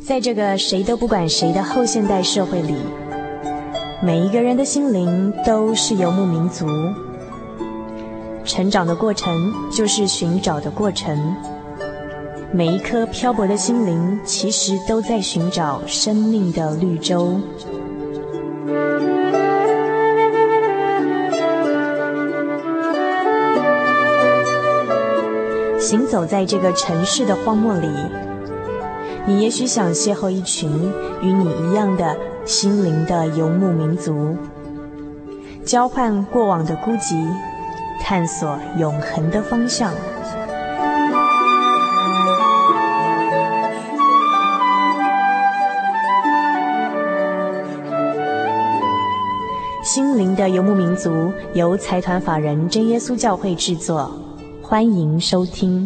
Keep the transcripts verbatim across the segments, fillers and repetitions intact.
在这个谁都不管谁的后现代社会里，每一个人的心灵都是游牧民族。成长的过程就是寻找的过程，每一颗漂泊的心灵其实都在寻找生命的绿洲。行走在这个城市的荒漠里，你也许想邂逅一群与你一样的心灵的游牧民族，交换过往的孤寂，探索永恒的方向。心灵的游牧民族由财团法人真耶稣教会制作，欢迎收听。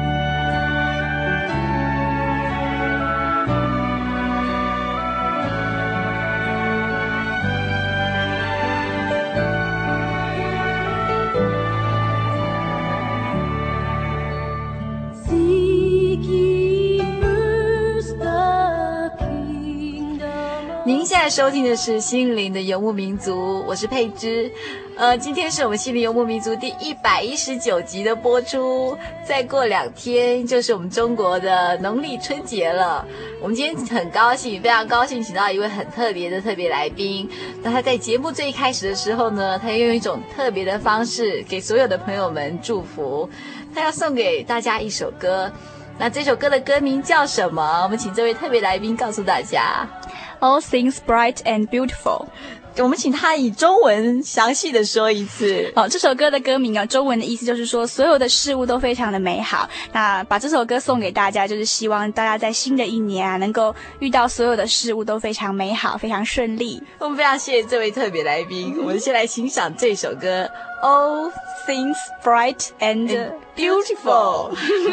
您现在收听的是心灵的游牧民族，我是佩芝。呃，今天是我们心灵游牧民族第一百一十九集的播出，再过两天就是我们中国的农历春节了。我们今天很高兴，非常高兴请到一位很特别的特别来宾。那他在节目最一开始的时候呢，他用一种特别的方式给所有的朋友们祝福，他要送给大家一首歌。那这首歌的歌名叫什么？我们请这位特别来宾告诉大家。 All things bright and beautiful。 我们请他以中文详细的说一次。 哦，这首歌的歌名啊，中文的意思就是说，所有的事物都非常的美好。那把这首歌送给大家，就是希望大家在新的一年啊，能够遇到所有的事物都非常美好，非常顺利。 我们非常谢谢这位特别来宾。我们先来欣赏这首歌 All things bright and, and beautiful。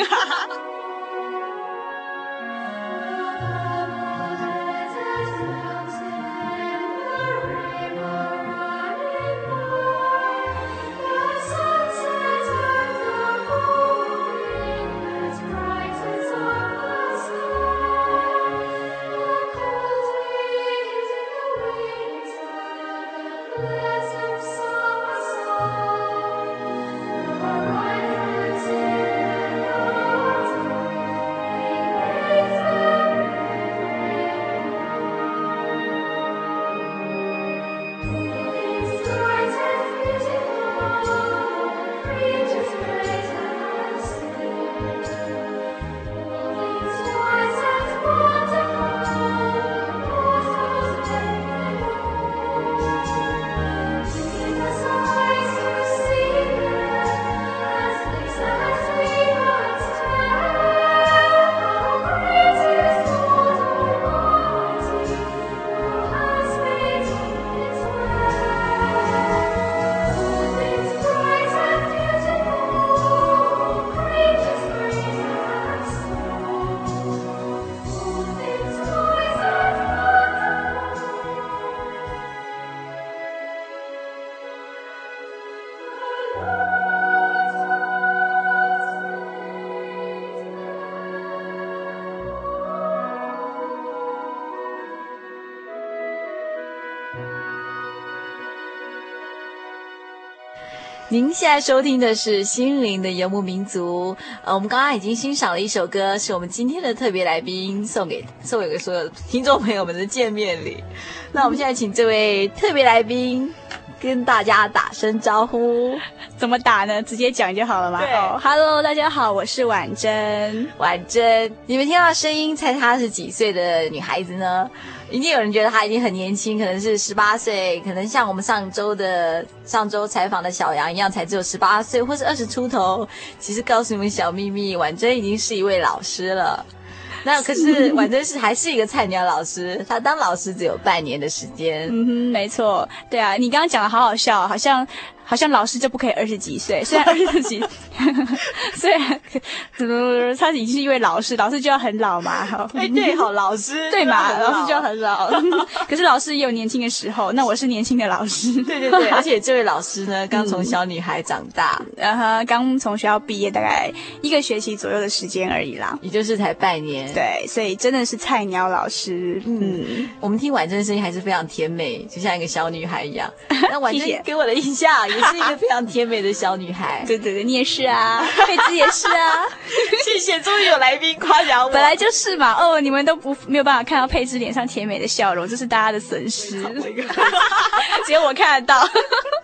您现在收听的是心灵的游牧民族。呃，我们刚刚已经欣赏了一首歌，是我们今天的特别来宾送给送给所有听众朋友们的见面礼。那我们现在请这位特别来宾跟大家打声招呼。 怎么打呢？直接讲就好了吗？ 对。 哦 ，Hello， 大家好，我是婉珍。 婉珍，你们听到声音，猜她是几岁的女孩子呢？一定有人觉得她已经很年轻，可能是十八岁，可能像我们上周的上周采访的小杨一样，才只有十八岁，或是二十出头。其实告诉你们小秘密，婉珍已经是一位老师了。那可是婉珍是还是一个菜鸟老师，她当老师只有半年的时间。 嗯哼，没错，对啊，你刚刚讲的好好笑，好像好像老师就不可以二十几岁，虽然二十几，虽然他已经是一位老师，老师就要很老嘛。 哎，对，好，老师对嘛，老师就要很老。可是老师也有年轻的时候，那我是年轻的老师。 对对对，而且这位老师呢，刚从小女孩长大， 然后刚从学校毕业，大概一个学期左右的时间而已啦， 也就是才半年。 对，所以真的是菜鸟老师。嗯， 我们听婉珍的声音还是非常甜美，就像一个小女孩一样。那婉珍给我的印象也是一个非常甜美的小女孩。 对对对，你也是啊，佩芝也是啊。 谢谢，终于有来宾夸奖我。 本来就是嘛，哦，你们都不没有办法看到佩芝脸上甜美的笑容，这是大家的损失。只有我看得到。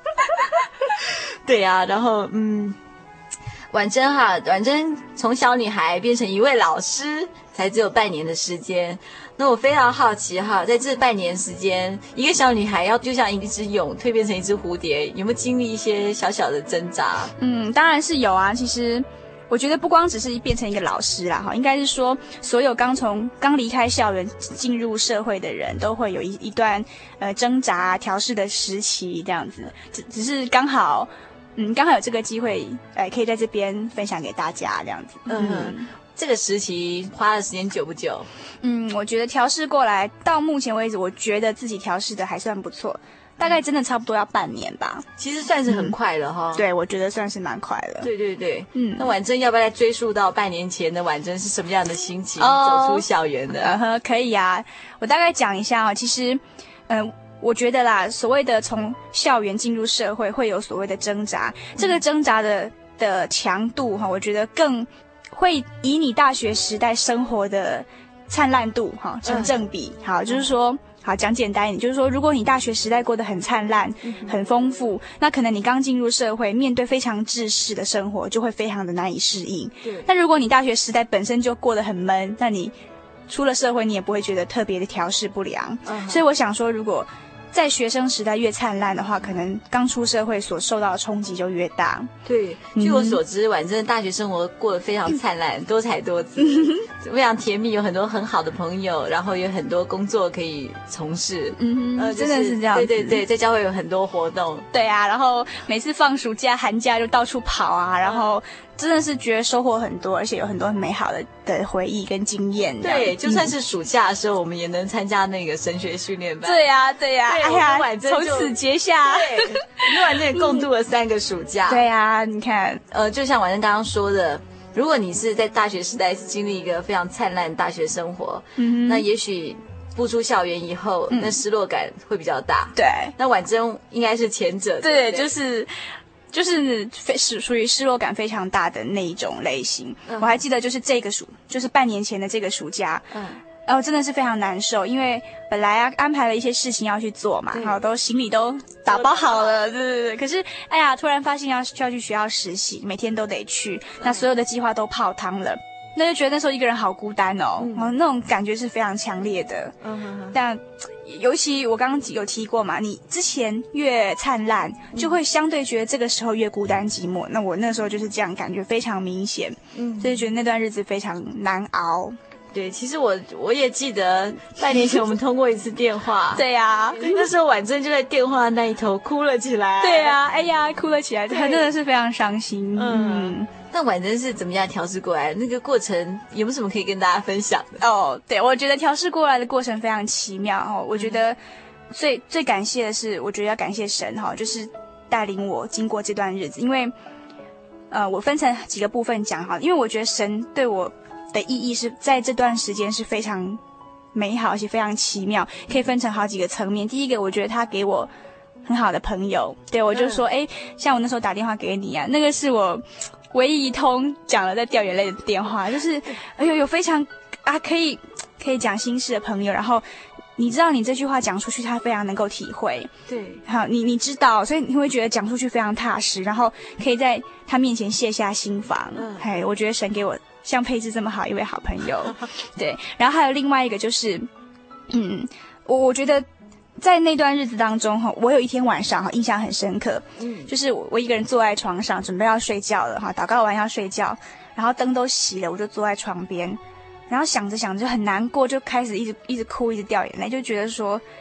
对啊，然后嗯，婉珍哈，婉珍从小女孩变成一位老师，才只有半年的时间。那我非常好奇哈，在这半年时间，一个小女孩要就像一只蛹蜕变成一只蝴蝶，有没有经历一些小小的挣扎？ 嗯，当然是有啊。其实我觉得不光只是变成一个老师啦，哈，应该是说所有刚从刚离开校园进入社会的人都会有一一段呃挣扎调试的时期，这样子。只只是刚好，嗯，刚好有这个机会，呃，可以在这边分享给大家这样子。 嗯。嗯，这个时期花的时间久不久？ 嗯，我觉得调试过来到目前为止，我觉得自己调试的还算不错，大概真的差不多要半年吧。 其实算是很快了哈、嗯。 对，我觉得算是蛮快了。 对对对， 嗯。 那婉珍要不要再追溯到半年前的婉珍是什么样的心情、 哦、 走出校园的？ 呃呵，可以啊，我大概讲一下啊。其实，嗯、呃。我觉得啦，所谓的从校园进入社会，会有所谓的挣扎。这个挣扎的的强度哈，我觉得更会以你大学时代生活的灿烂度哈成正比。嗯、好，就是说，好讲简单一点，就是说，如果你大学时代过得很灿烂、嗯、很丰富，那可能你刚进入社会，面对非常制式的生活，就会非常的难以适应。 对。 但如果你大学时代本身就过得很闷，那你出了社会，你也不会觉得特别的调适不良。嗯。所以我想说，如果在学生时代越灿烂的话，可能刚出社会所受到的冲击就越大。 对，据我所知，婉珍的大学生活过得非常灿烂，嗯、多彩多姿，非常甜蜜，有很多很好的朋友，然后有很多工作可以从事。 嗯、呃就是，真的是这样子。 对对对，在教会有很多活动。 对啊，然后每次放暑假、寒假就到处跑啊，然后真的是觉得收获很多，而且有很多很美好的的回忆跟经验。 对，就算是暑假的时候，嗯、我们也能参加那个神学训练班。 对呀、啊，对呀、啊。 哎呀，从此结下。 对，我们婉珍也共度了三个暑假。 对啊，你看， 呃，就像婉珍刚刚说的，如果你是在大学时代是经历一个非常灿烂的大学生活，嗯，那也许步出校园以后，嗯、那失落感会比较大。 对， 那婉珍应该是前者。 对，对就是就是非属属于失落感非常大的那一种类型。嗯、我还记得，就是这个暑，就是半年前的这个暑假。嗯。然后真的是非常难受，因为本来啊安排了一些事情要去做嘛，好都行李都打包好了，对对对。可是哎呀，突然发现要要去学校实习，每天都得去，那所有的计划都泡汤了，那就觉得那时候一个人好孤单哦，嗯、哦那种感觉是非常强烈的。嗯哼哼。但尤其我刚刚有提过嘛，你之前越灿烂，就会相对觉得这个时候越孤单寂寞。那我那时候就是这样，感觉非常明显，嗯，所以觉得那段日子非常难熬。 对，其实我我也记得半年前我们通过一次电话。 对呀、啊， 那时候婉珍就在电话那一头哭了起来。 对呀、啊，哎呀，哭了起来，真的是非常伤心。嗯， 嗯那婉珍是怎么样调试过来？那个过程有没有什么可以跟大家分享的？ 哦，对，我觉得调试过来的过程非常奇妙哦。我觉得最、嗯、最感谢的是，我觉得要感谢神哈、哦，就是带领我经过这段日子，因为呃，我分成几个部分讲哈，因为我觉得神对我的意义是在这段时间是非常美好而且非常奇妙，可以分成好几个层面。第一个，我觉得他给我很好的朋友，对我就说，哎、嗯，像我那时候打电话给你啊，那个是我唯一一通讲了在掉眼泪的电话，就是哎呦有非常啊可以可以讲心事的朋友，然后你知道你这句话讲出去，他非常能够体会， 对， 好，你你知道，所以你会觉得讲出去非常踏实，然后可以在他面前卸下心防。嗯，嘿，我觉得神给我像佩芝这么好一位好朋友，对，然后还有另外一个就是，嗯，我我觉得在那段日子当中哈，我有一天晚上哈印象很深刻，嗯，就是我我一个人坐在床上准备要睡觉了哈，祷告完要睡觉，然后灯都熄了，我就坐在床边，然后想着想着很难过，就开始一直一直哭，一直掉眼泪，就觉得说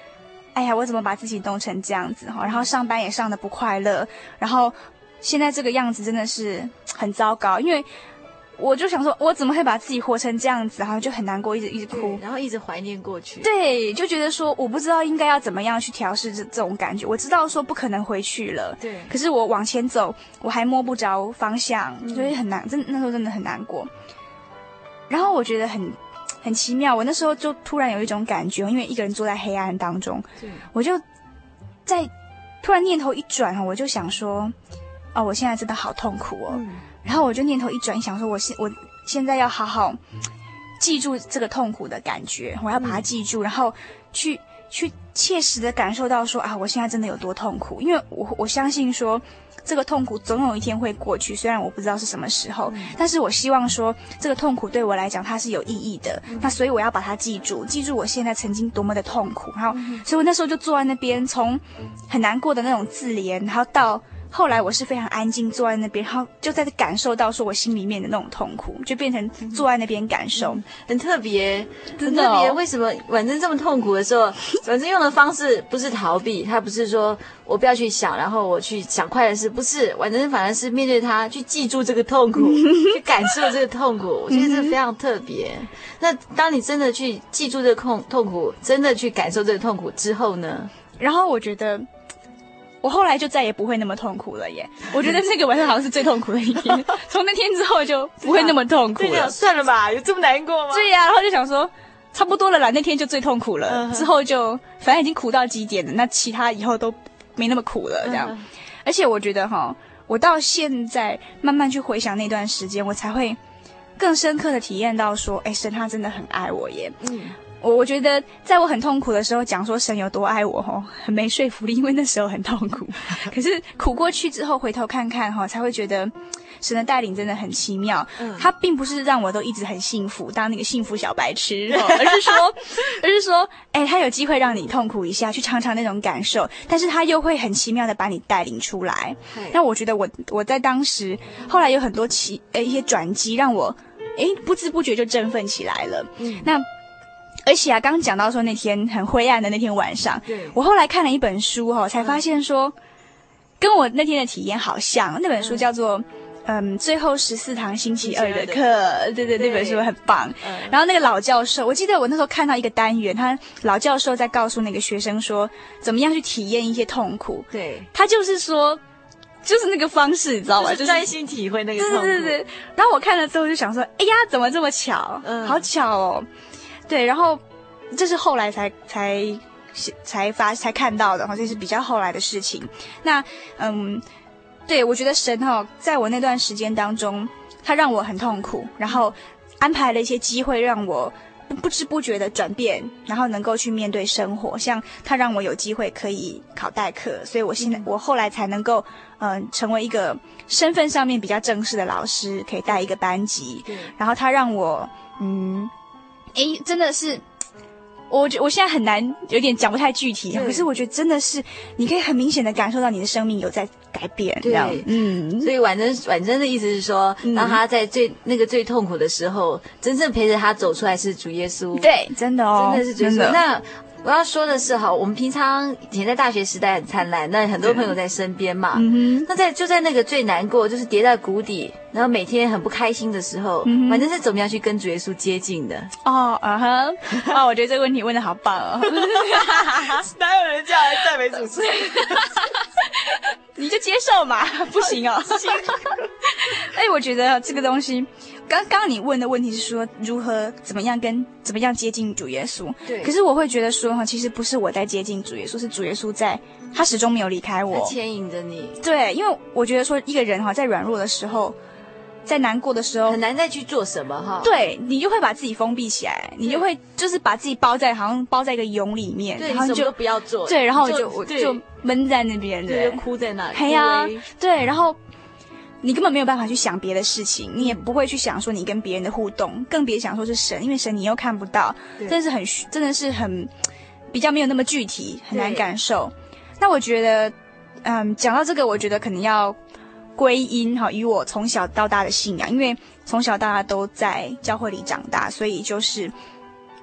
哎呀，我怎么把自己弄成这样子哈？然后上班也上得不快乐，然后现在这个样子真的是很糟糕，因为我就想说，我怎么会把自己活成这样子？然后就很难过，一直一直哭， 然后一直怀念过去。 对，就觉得说我不知道应该要怎么样去调试这这种感觉。我知道说不可能回去了， 对， 可是我往前走，我还摸不着方向，所以很难，真那时候真的很难过。然后我觉得很很奇妙，我那时候就突然有一种感觉，因为一个人坐在黑暗当中，我就在突然念头一转，我就想说，哦，我现在真的好痛苦哦。嗯，然后我就念头一转，想说我现我现在要好好记住这个痛苦的感觉，我要把它记住，然后去去切实的感受到说啊，我现在真的有多痛苦，因为我我相信说这个痛苦总有一天会过去，虽然我不知道是什么时候，嗯，但是我希望说这个痛苦对我来讲它是有意义的，嗯，那所以我要把它记住，记住我现在曾经多么的痛苦，然后，嗯，所以我那时候就坐在那边，从很难过的那种自怜，然后到后来我是非常安静坐在那边，然后就在感受到说我心里面的那种痛苦，就变成坐在那边感受，嗯， 很特别，很特别。为什么婉珍这么痛苦的时候，婉珍用的方式不是逃避，她不是说我不要去想，然后我去想快乐事，不是，婉珍反而是面对它，去记住这个痛苦，去感受这个痛苦。我觉得这非常特别。那当你真的去记住这个痛痛苦，真的去感受这个痛苦之后呢？ 然后我觉得。我后来就再也不会那么痛苦了耶！我觉得那个晚上好像是最痛苦的一天，从那天之后就不会那么痛苦了。 对，算了吧，有这么难过吗？ 对呀，然后就想说差不多了啦，那天就最痛苦了，嗯，之后就反正已经苦到极点了，那其他以后都没那么苦了这样。嗯，而且我觉得哈，我到现在慢慢去回想那段时间，我才会更深刻的体验到说，哎，神他真的很爱我耶。嗯。我我觉得在我很痛苦的时候讲说神有多爱我吼，很没说服力，因为那时候很痛苦。可是苦过去之后回头看看哈，才会觉得神的带领真的很奇妙。嗯，他并不是让我都一直很幸福，当那个幸福小白痴，而是说，而是说，哎，他有机会让你痛苦一下，去尝尝那种感受，但是他又会很奇妙的把你带领出来。那我觉得我我在当时后来有很多奇呃一些转机，让我哎不知不觉就振奋起来了。嗯，那。而且啊，刚刚讲到说那天很灰暗的那天晚上，对，我后来看了一本书哈，才发现说，跟我那天的体验好像。那本书叫做嗯，最后十四堂星期二的课，对对，那本书很棒。嗯，然后那个老教授，我记得我那时候看到一个单元，他老教授在告诉那个学生说，怎么样去体验一些痛苦。对，他就是说。就是那个方式，你知道吗？ 就是专心体会那个痛苦。 对对对。然后我看了之后就想说，哎呀，怎么这么巧？嗯，好巧哦。对，然后这是后来才才才发才看到的，这是比较后来的事情。那嗯，对，我觉得神哈，在我那段时间当中，他让我很痛苦，然后安排了一些机会让我不知不觉的转变，然后能够去面对生活。像他让我有机会可以考代课，所以我现在、嗯、我后来才能够嗯、呃、成为一个身份上面比较正式的老师，可以带一个班级。然后他让我嗯。诶，真的是，我我现在很难，有点讲不太具体。可是我觉得真的是，你可以很明显的感受到你的生命有在改变。这样， 嗯。所以婉珍婉珍的意思是说，嗯、当他在最那个最痛苦的时候，真正陪着他走出来是主耶稣。 对，真的哦， 真的是主耶稣。那我要说的是哈，我们平常以前在大学时代很灿烂，那很多朋友在身边嘛。嗯、那在就在那个最难过，就是跌到谷底，然后每天很不开心的时候，嗯、反正是怎么样去跟主耶稣接近的？ 哦，啊哈，哦，我觉得这个问题问得好棒哦。 哪有人这样来赞美主持人？ 你就接受嘛，不行哦。哎，我觉得这个东西。刚刚你问的问题是说如何怎么样跟怎么样接近主耶稣？对。可是我会觉得说哈，其实不是我在接近主耶稣，是主耶稣在，他始终没有离开我， 他牵引着你。 对，因为我觉得说一个人哈，在软弱的时候，在难过的时候， 很难再去做什么哈。 对，你就会把自己封闭起来，你就会就是把自己包在好像包在一个蛹里面， 对，然后你就不要做。 对，然后就我就闷在那边， 对，就哭在那里。 嘿呀，对，然后。你根本没有办法去想别的事情，你也不会去想说你跟别人的互动，更别想说是神，因为神你又看不到，真的是很真的是很比较没有那么具体，很难感受。那我觉得，嗯，讲到这个，我觉得可能要归因哈，与我从小到大的信仰，因为从小到大都在教会里长大，所以就是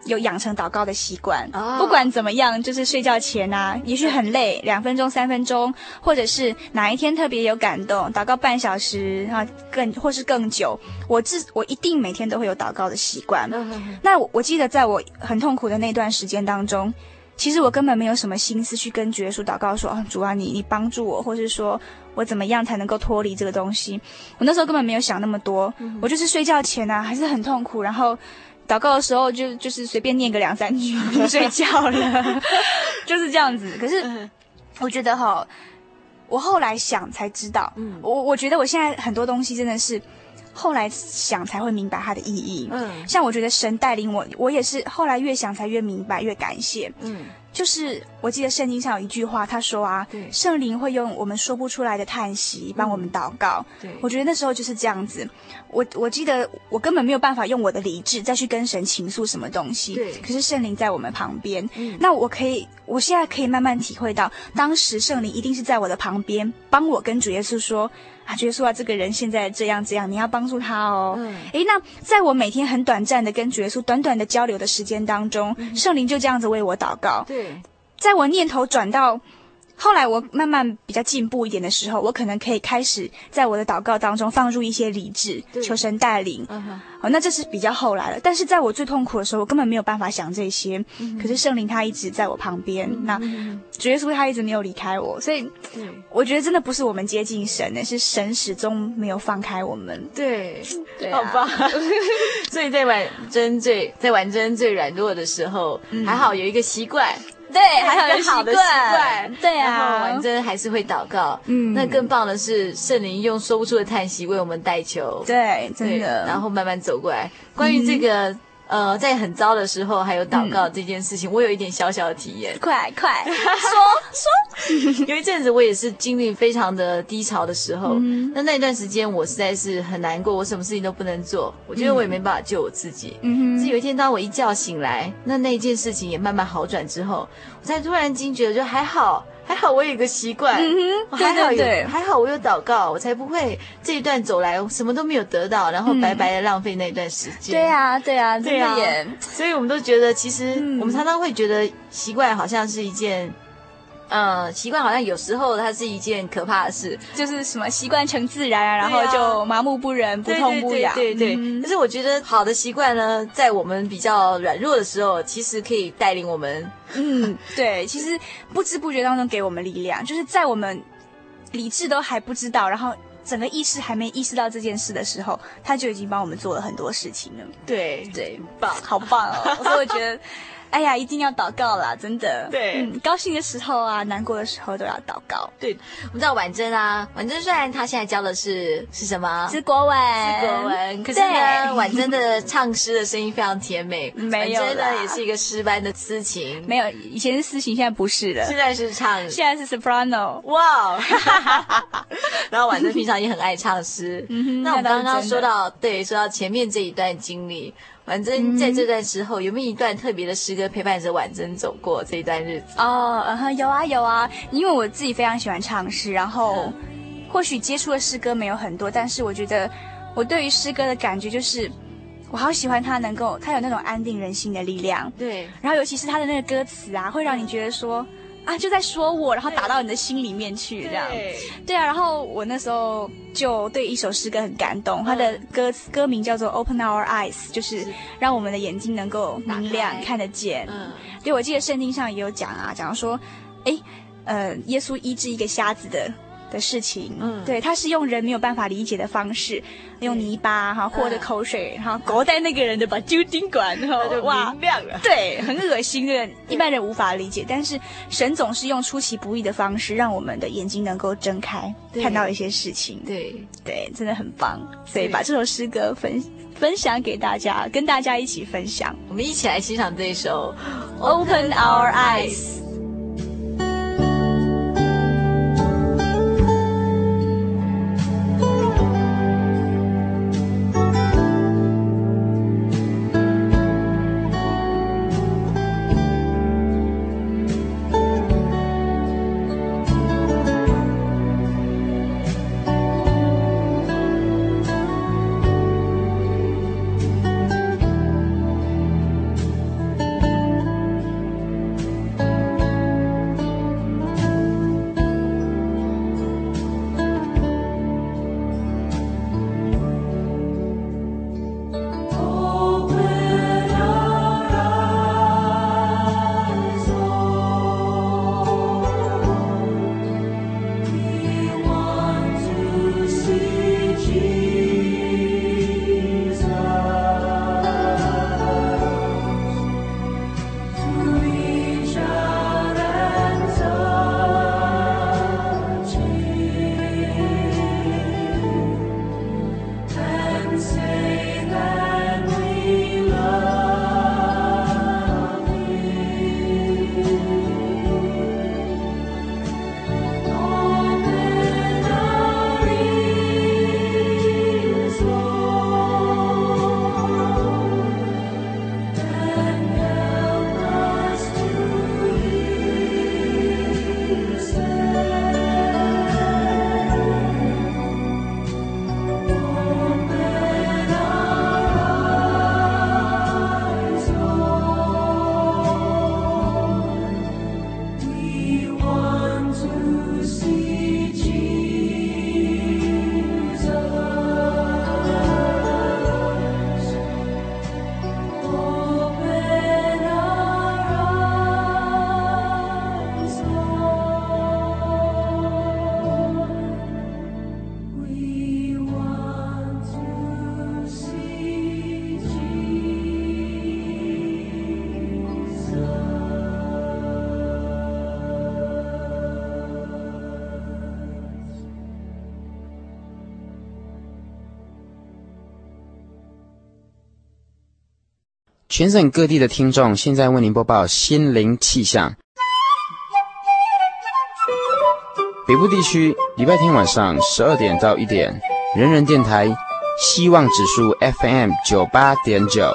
有养成祷告的习惯。 哦、 不管怎么样，就是睡觉前啊，也许很累，两分钟、三分钟，或者是哪一天特别有感动，祷告半小时，然后更或是更久，我自我一定每天都会有祷告的习惯。 嗯、 那我我记得在我很痛苦的那段时间当中，其实我根本没有什么心思去跟主耶稣祷告说，哦，主啊，你你帮助我，或是说我怎么样才能够脱离这个东西。我那时候根本没有想那么多，嗯、我就是睡觉前啊还是很痛苦，然后祷告的时候就就是随便念个两三句就睡觉了，就是这样子。可是我觉得哈，我后来想才知道，嗯、我我觉得我现在很多东西真的是后来想才会明白它的意义。嗯，像我觉得神带领我，我也是后来越想才越明白，越感谢。嗯，就是我记得圣经上有一句话，他说啊，圣灵会用我们说不出来的叹息帮我们祷告。对，我觉得那时候就是这样子。我我记得我根本没有办法用我的理智再去跟神倾诉什么东西。对，可是圣灵在我们旁边，嗯，那我可以，我现在可以慢慢体会到，当时圣灵一定是在我的旁边，帮我跟主耶稣说。啊，觉得说啊，这个人现在这样这样，你要帮助他哦。嗯，诶，那在我每天很短暂的跟主耶稣短短的交流的时间当中，嗯、圣灵就这样子为我祷告。对，在我念头转到后来，我慢慢比较进步一点的时候，我可能可以开始在我的祷告当中放入一些理智，求神带领。嗯哦，那这是比较后来了。但是在我最痛苦的时候，我根本没有办法想这些。嗯、可是圣灵他一直在我旁边，嗯、那主耶稣他一直没有离开我，所以我觉得真的不是我们接近神的，是神始终没有放开我们。 对， 对啊、 好棒。所以在婉珍最在婉珍最软弱的时候，嗯、还好有一个习惯。 对，还好有好的习惯， 对啊， 然后婉珍还是会祷告，嗯，那更棒的是圣灵用说不出的叹息为我们代求， 对，真的， 然后慢慢走过来。关于这个。嗯呃，在很糟的时候还有祷告这件事情，嗯、我有一点小小的体验。 快快说说，有一阵子我也是经历非常的低潮的时候，嗯、那那段时间我实在是很难过，我什么事情都不能做，我觉得我也没办法救我自己。嗯，是有一天当我一觉醒来，那那一件事情也慢慢好转之后，我才突然惊觉得，就还好。还好我有一个习惯，嗯哼，还好有，对对对还好我有祷告，我才不会这一段走来什么都没有得到，然后白白的浪费那段时间。 对啊，对啊， 对啊，所以我们都觉得，其实我们常常会觉得习惯好像是一件。呃，习惯好像有时候它是一件可怕的事， 就是什么习惯成自然啊，然后就麻木不仁、不痛不痒。 对对对。嗯、但是我觉得好的习惯呢，在我们比较软弱的时候，其实可以带领我们。 嗯，对，其实不知不觉当中给我们力量，就是在我们理智都还不知道，然后整个意识还没意识到这件事的时候，他就已经帮我们做了很多事情了。 对对，棒，好棒哦！所以我觉得。哎呀，一定要祷告啦，真的。 对， 嗯，高兴的时候啊，难过的时候都要祷告。 对，我们知道婉珍啊，婉珍虽然她现在教的是是什么？ 是国文， 是国文。可是呢，婉珍的唱诗的声音非常甜美。 没有啦， 婉珍呢也是一个诗班的司琴。 没有，以前是司琴，现在不是了。 现在是唱， 现在是 soprano。 哇！然后婉珍平常也很爱唱诗。嗯、那我们刚刚说到，对，说到前面这一段经历。婉珍在这段时候、嗯、有没有一段特别的诗歌陪伴着婉珍走过这一段日子？ 哦，嗯，有啊有啊，因为我自己非常喜欢唱诗，然后、嗯、或许接触的诗歌没有很多，但是我觉得我对于诗歌的感觉就是，我好喜欢它能够，它有那种安定人心的力量。 对， 然后尤其是它的那个歌词啊，会让你觉得说。啊，就在说我，然后打到你的心里面去，这样。对，对啊。然后我那时候就对一首诗歌很感动，它的歌词歌名叫做 "Open Our Eyes"， 就是让我们的眼睛能够明亮，看得见。嗯，对，我记得圣经上也有讲啊，讲说，哎，呃，耶稣医治一个瞎子的的事情，嗯，对，他是用人没有办法理解的方式，用泥巴哈和着口水，然后勾在那个人的把揪丁管，然后哇，明亮了， 对，很恶心的，一般人无法理解，但是神总是用出其不意的方式，让我们的眼睛能够睁开，看到一些事情， 对对，真的很棒，所以把这首诗歌分分享给大家，跟大家一起分享， 我们一起来欣赏这一首 Open Our Eyes。 全省各地的听众现在为您播报心灵气象。北部地区礼拜天晚上十二点到一点，人人电台希望指数 F M 九十八点九。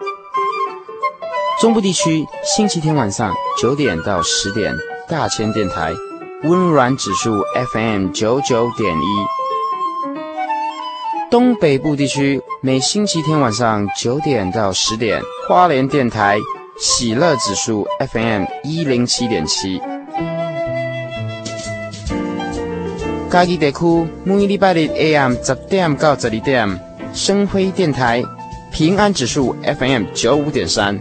中部地区星期天晚上九点到十点，大千电台温软指数 F M 九十九点一。东北部地区每星期天晚上九点到十点，花莲电台喜乐指数 F M 一零七点七。嘉義地區每禮拜日 A M 十點到十二點，生輝電台平安指數 F M 九十五點三。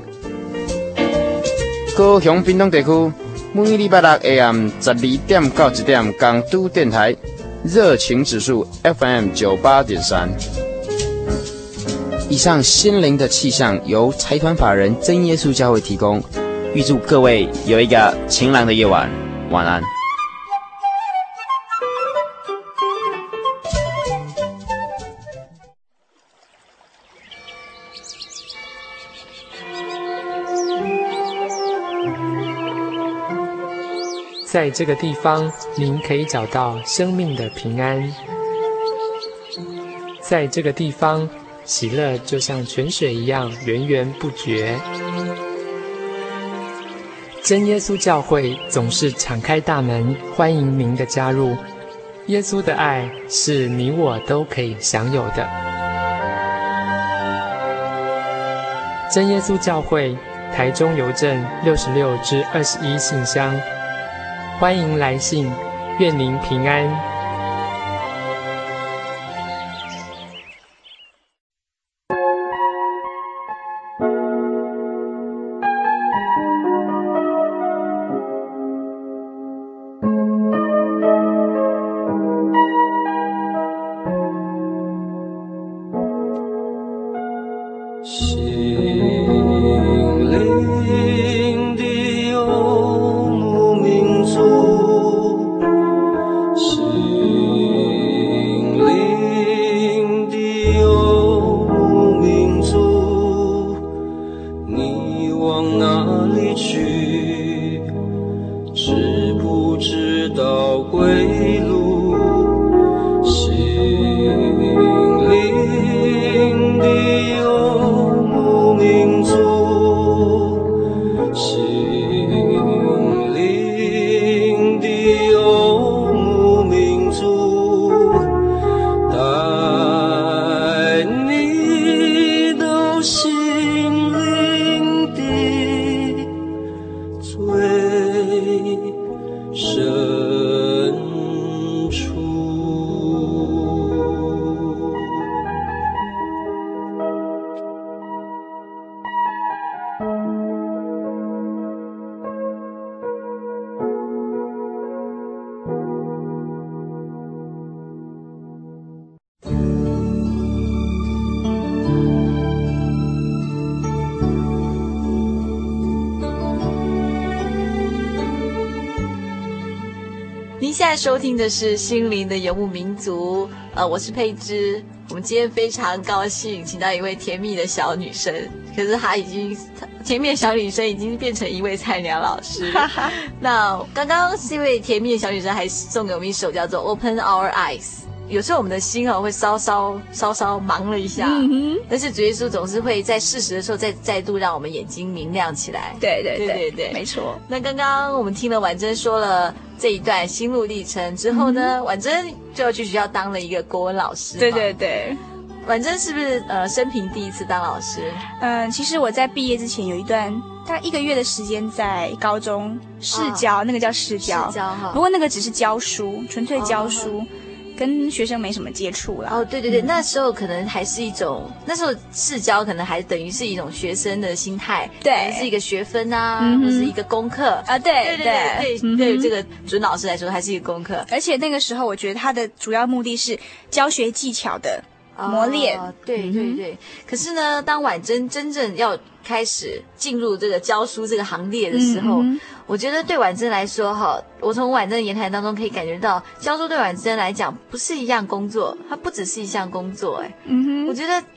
高雄屏東地區每禮拜六 A M 十二點到一點，港都電台熱情指數 F M 九十八點三。以上心靈的氣象由財團法人真耶穌教會提供，預祝各位有一個晴朗的夜晚，晚安。 在这个地方，您可以找到生命的平安。在这个地方，喜乐就像泉水一样源源不绝。真耶稣教会总是敞开大门，欢迎您的加入。耶稣的爱是你我都可以享有的。真耶稣教会，台中邮政六十六至二十一信箱。欢迎来信，愿您平安。 现在收听的是心灵的游牧民族，呃，我是佩芝。我们今天非常高兴请到一位甜蜜的小女生，可是她已经甜蜜的小女生已经变成一位菜鸟老师。那刚刚这位甜蜜的小女生还送给我们一首叫做 Open Our Eyes。有时候我们的心哦会稍稍稍稍忙了一下，嗯哼，但是主耶稣总是会在适时的时候再再度让我们眼睛明亮起来。 对对对对对对， 没错。 那刚刚我们听了婉珍说了这一段心路历程之后呢，嗯、婉珍就要去学校当了一个国文老师。 对对对。 婉珍是不是呃生平第一次当老师？ 嗯，其实我在毕业之前有一段大概一个月的时间在高中试教，哦、那个叫试教。 试教哈。 不过那个只是教书，纯粹教书。哦，跟学生没什么接触啦。 哦，对对对，嗯、那时候可能还是一种，那时候试教可能还等于是一种学生的心态， 对， 是一个学分啊， 嗯、 或是一个功课啊，对对对对对，嗯、对于这个准老师来说还是一个功课。 而且那个时候我觉得他的主要目的是教学技巧的磨练。 哦、对对对，嗯、可是呢，当婉珍真正要开始进入这个教书这个行列的时候，嗯、我觉得对婉珍来说哈，我从婉珍的言谈当中可以感觉到，教书对婉珍来讲不是一样工作，它不只是一项工作，哎，嗯哼，我觉得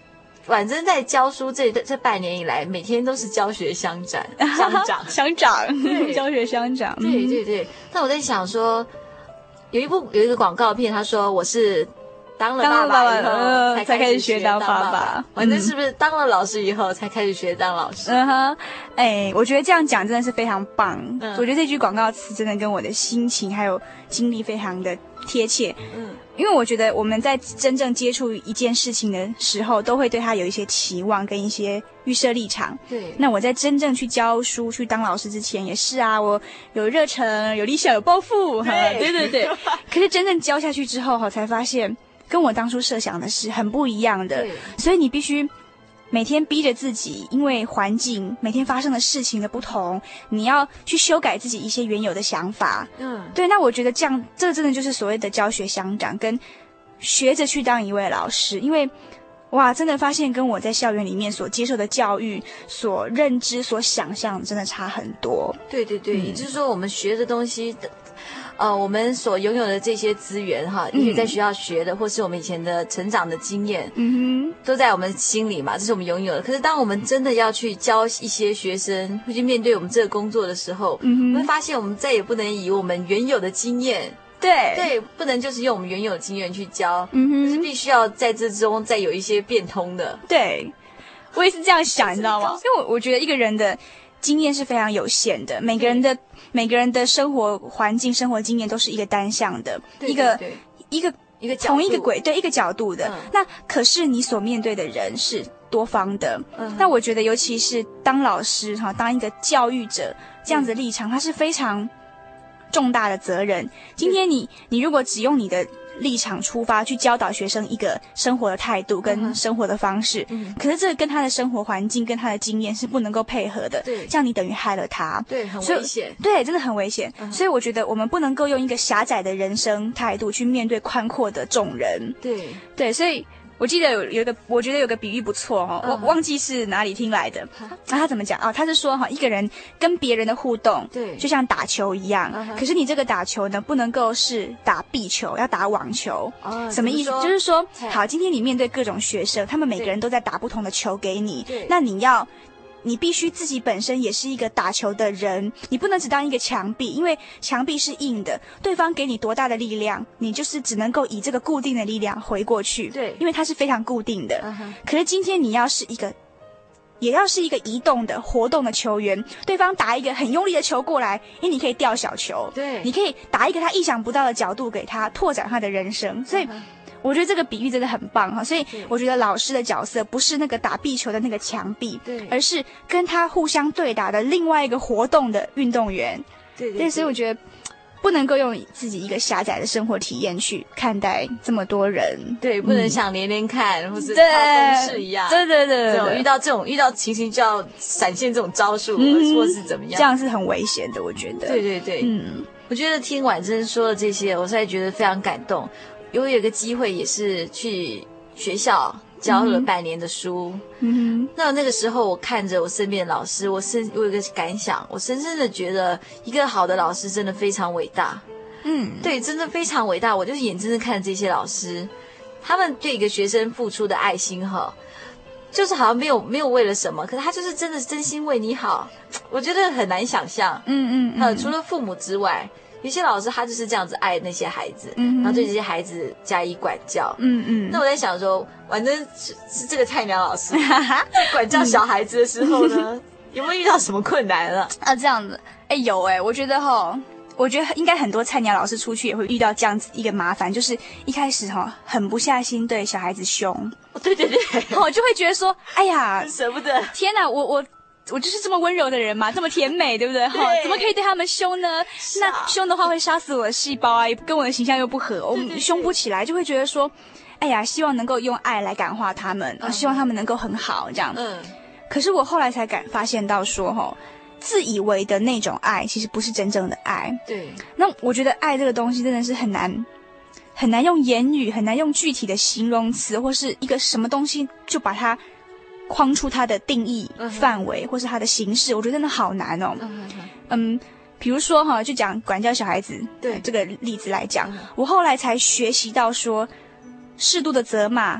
婉珍在教书这这半年以来，每天都是教学相长，相长， 乡长，教学乡长。 对对对。那我在想说，有一部有一个广告片，他说我是当了爸爸以后、呃、才开始学当爸爸。婉珍是不是当了老师以后才开始学当老师？ 嗯哼，哎，我觉得这样讲真的是非常棒。嗯、我觉得这句广告词真的跟我的心情还有经历非常的贴切。嗯。因为我觉得我们在真正接触一件事情的时候，都会对他有一些期望跟一些预设立场。 对。那我在真正去教书、去当老师之前，也是啊，我有热忱、有理想、有抱负。 对对对对。可是真正教下去之后，哈，才发现跟我当初设想的是很不一样的。所以你必须每天逼着自己，因为环境每天发生的事情的不同，你要去修改自己一些原有的想法。嗯，对。那我觉得这样，这真的就是所谓的教学相长，跟学着去当一位老师。因为，哇，真的发现跟我在校园里面所接受的教育、所认知、所想象，真的差很多。 对对对，嗯、也就是说，我们学的东西的。呃，我们所拥有的这些资源哈，也许在学校学的，或是我们以前的成长的经验，嗯哼，都在我们心里嘛，这是我们拥有的。可是当我们真的要去教一些学生，会去面对我们这个工作的时候，嗯哼，我们会发现我们再也不能以我们原有的经验， 对对，不能就是用我们原有的经验去教，嗯哼，就是必须要在这中再有一些变通的。 对，我也是这样想，你知道吗？因为我我觉得一个人的经验是非常有限的，每个人的每个人的生活环境、生活经验都是一个单向的， 对对对， 一个一个一个同一个轨，对，一个角度的。嗯、那可是你所面对的人是多方的。嗯、那我觉得，尤其是当老师哈，当一个教育者这样子的立场，它是非常重大的责任。今天你你如果只用你的立场出发去教导学生一个生活的态度跟生活的方式，嗯、可是这个跟他的生活环境跟他的经验是不能够配合的， 对， 这样你等于害了他， 对，很危险， 对，真的很危险。嗯、所以我觉得我们不能够用一个狭窄的人生态度去面对宽阔的众人， 对对，所以。我记得有有一个，我觉得有个比喻不错哦，我、uh huh. 忘记是哪里听来的。那、uh huh. 他怎么讲啊？他是说哈，一个人跟别人的互动，对，就像打球一样。Uh huh. 可是你这个打球呢，不能够是打壁球，要打网球。Uh huh. 什么意思？就是说，好，今天你面对各种学生，他们每个人都在打不同的球给你，对，那你要。你必须自己本身也是一个打球的人，你不能只当一个墙壁，因为墙壁是硬的，对方给你多大的力量，你就是只能够以这个固定的力量回过去。对，因为它是非常固定的。Uh-huh. 可是今天你要是一个，也要是一个移动的、活动的球员，对方打一个很用力的球过来，因为你可以吊小球，对，你可以打一个他意想不到的角度给他，拓展他的人生，所以。Uh-huh.我觉得这个比喻真的很棒哈，所以我觉得老师的角色不是那个打壁球的那个墙壁，对，而是跟他互相对打的另外一个活动的运动员。对对对，所以我觉得不能够用自己一个狭窄的生活体验去看待这么多人， 对，不能想连连看，嗯、或是抄公式一样， 对对对对对， 遇到这种遇到情形就要闪现这种招数，嗯、或是怎么样， 这样是很危险的，我觉得。 对对对，嗯，我觉得听婉珍说的这些，我实在觉得非常感动。因为有一个机会也是去学校教了半年的书，嗯哼，那那个时候我看着我身边的老师，我深我有一个感想，我深深的觉得一个好的老师真的非常伟大，嗯，对，真的非常伟大。我就是眼睁睁看着这些老师，他们对一个学生付出的爱心哈，就是好像没有没有为了什么，可是他就是真的真心为你好，我觉得很难想象，嗯嗯嗯，呃，除了父母之外。有些老师他就是这样子爱那些孩子，嗯，然后对这些孩子加以管教，嗯嗯。那我在想说，反正是是这个菜鸟老师在管教小孩子的时候呢，嗯、有没有遇到什么困难了？ 啊，这样子，哎、欸，有哎、欸，我觉得哈，我觉得应该很多菜鸟老师出去也会遇到这样子一个麻烦，就是一开始哈狠不下心对小孩子凶， 对对对， 我就会觉得说，哎呀， 舍不得， 天哪，我我。我就是这么温柔的人嘛，这么甜美，对不对？哈，怎么可以对他们凶呢？是啊、那凶的话会杀死我的细胞啊，跟我的形象又不合，我们凶不起来，就会觉得说，哎呀，希望能够用爱来感化他们，嗯、希望他们能够很好这样。嗯。可是我后来才感发现到说，哈，自以为的那种爱，其实不是真正的爱。对。那我觉得爱这个东西真的是很难。很难用言语，很难用具体的形容词，或是一个什么东西就把它。框出它的定义范围， uh huh. 或是它的形式，我觉得真的好难哦。Uh huh. 嗯，比如说哈，就讲管教小孩子，对、呃、这个例子来讲， uh huh. 我后来才学习到说，适度的责骂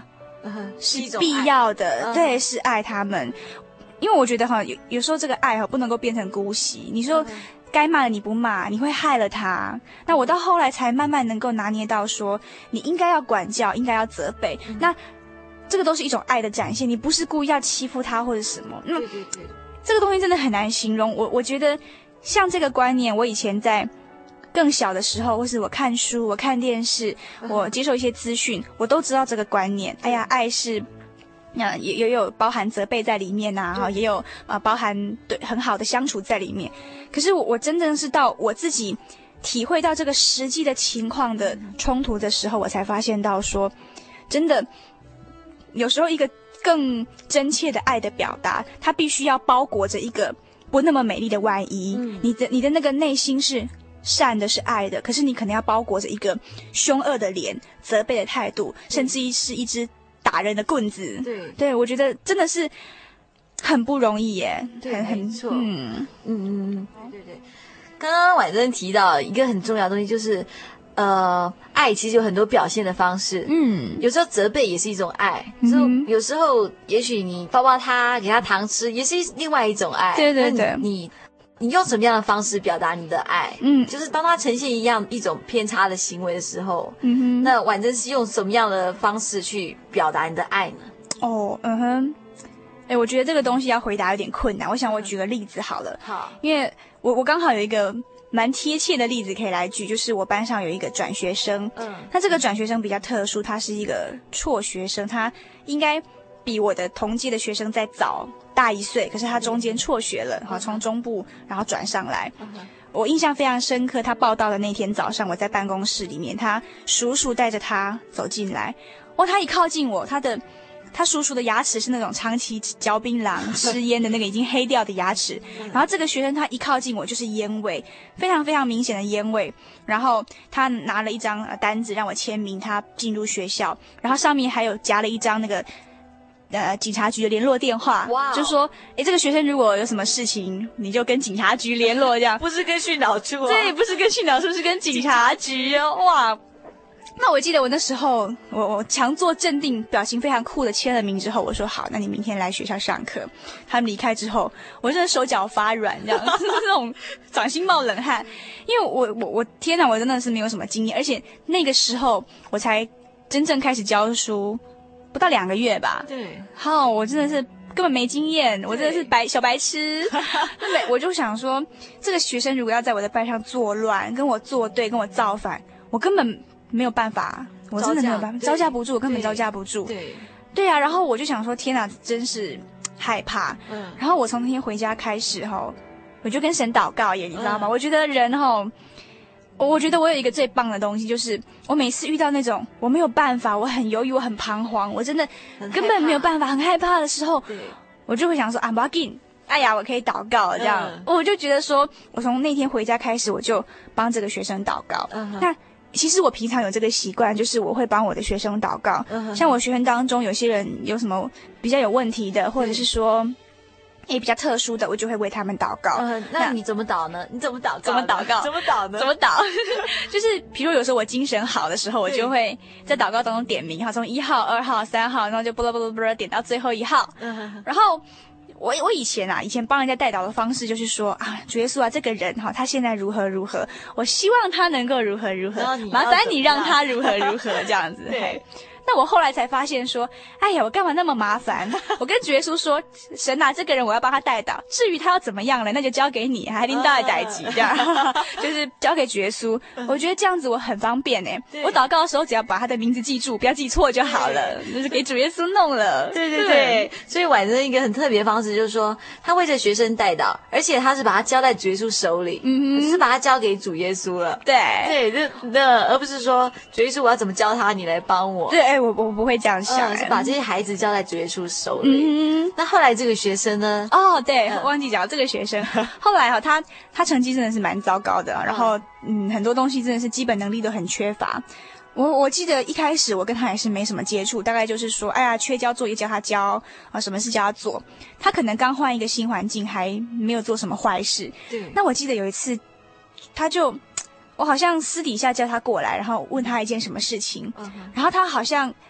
嗯、 是必要的， 嗯、 对，是爱他们。因为我觉得哈，有有时候这个爱哈不能够变成姑息。你说该骂的你不骂，你会害了他。那我到后来才慢慢能够拿捏到说，你应该要管教，应该要责备。嗯、那这个都是一种爱的展现，你不是故意要欺负他或者什么。 对对对， 这个东西真的很难形容。我我觉得像这个观念，我以前在更小的时候，或是我看书、我看电视、我接受一些资讯，我都知道这个观念。哎呀，爱是。那也也有包含责备在里面呐、啊，哈，也有呃包含对很好的相处在里面。可是我我真正是到我自己体会到这个实际的情况的冲突的时候，我才发现到说，真的有时候一个更真切的爱的表达，它必须要包裹着一个不那么美丽的外衣。嗯、你的你的那个内心是善的，是爱的，可是你可能要包裹着一个凶恶的脸、责备的态度，甚至是一只打人的棍子。对对，我觉得真的是很不容易耶。 对， 很很没错。嗯嗯嗯，对对对。刚刚婉珍提到一个很重要的东西，就是呃，爱其实有很多表现的方式。嗯，有时候责备也是一种爱，嗯、所以有时候也许你抱抱他，给他糖吃，也是另外一种爱。 对对对， 你。你用什么样的方式表达你的爱？嗯，就是当他呈现一样一种偏差的行为的时候，嗯哼，那婉珍是用什么样的方式去表达你的爱呢？ 哦，嗯哼，哎，我觉得这个东西要回答有点困难。我想我举个例子好了，好，因为我我刚好有一个蛮贴切的例子可以来举，就是我班上有一个转学生，嗯，那这个转学生比较特殊，他是一个辍学生，他应该比我的同届的学生再早大一岁，可是他中间辍学了，好，从中部然后转上来。我印象非常深刻，他报到的那天早上，我在办公室里面，他叔叔带着他走进来，哦，他一靠近我，他的他叔叔的牙齿是那种长期嚼槟榔吃烟的那个已经黑掉的牙齿，然后这个学生他一靠近我就是烟味，非常非常明显的烟味，然后他拿了一张单子让我签名，他进入学校，然后上面还有夹了一张那个呃，警察局的联络电话， wow. 就说，哎，这个学生如果有什么事情，你就跟警察局联络，这样不是跟训导处哦， 对，不是跟训导处，是跟警察局哦，哇！那我记得我那时候，我我强作镇定，表情非常酷的签了名之后，我说好，那你明天来学校上课。他们离开之后，我真的手脚发软，这样那种掌心冒冷汗，因为我我我天哪，我真的是没有什么经验，而且那个时候我才真正开始教书。不到两个月吧， 对， 好，我真的是根本没经验，我真的是白小白痴。那我就想说，这个学生如果要在我的班上作乱，跟我作对，跟我造反，我根本没有办法，我真的没有办法，招架不住，我根本招架不住。 对， 对啊，然后我就想说，天哪，真是害怕。嗯，然后我从那天回家开始哈，我就跟神祷告也，你知道吗？嗯、我觉得人哈。我觉得我有一个最棒的东西，就是我每次遇到那种我没有办法，我很犹豫，我很彷徨，我真的根本没有办法，很害怕的时候，我就会想说啊，不要紧，哎呀，我可以祷告这样。嗯、我就觉得说，我从那天回家开始，我就帮这个学生祷告。嗯、那其实我平常有这个习惯，就是我会帮我的学生祷告。嗯、像我学生当中有些人有什么比较有问题的，或者是说。也比较特殊的，我就会为他们祷告。 嗯，那你怎么祷呢？你怎么祷告？ 怎么祷告？ 怎么祷呢？ 怎么祷？就是比如有时候我精神好的时候，我就会在祷告当中点名，哈，从一号、二号、三号，然后就啵啵啵啵点到最后一号。嗯，然后我我以前啊，以前帮人家代祷的方式就是说啊，主耶稣啊，这个人哈，他现在如何如何，我希望他能够如何如何，麻烦你让他如何如何这样子。对。那我后来才发现说，哎呀，我干嘛那么麻烦？我跟主耶稣说，神啊，这个人我要帮他代祷，至于他要怎么样了，那就交给你，还拎到来代己这样，就是交给主耶稣。我觉得这样子我很方便哎，我祷告的时候只要把他的名字记住，不要记错就好了，就是给主耶稣弄了。 对对对，所以婉珍一个很特别的方式就是说，他为着学生代祷，而且他是把他交在主耶稣手里，嗯，就是把他交给主耶稣了。 对对，那那而不是说主耶稣我要怎么教他，你来帮我。 对。我我不会这样想、 嗯，是把这些孩子交在主耶稣手里。嗯，那后来这个学生呢？ 哦，对，嗯、忘记讲这个学生。后来哈、哦，他他成绩真的是蛮糟糕的，然后嗯，很多东西真的是基本能力都很缺乏。我我记得一开始我跟他也是没什么接触，大概就是说，哎呀，缺交作业叫他交啊，什么事叫他做。他可能刚换一个新环境，还没有做什么坏事。对。那我记得有一次，他就。我好像私底下叫他过来，然后问他一件什么事情， uh-huh. 然后他好像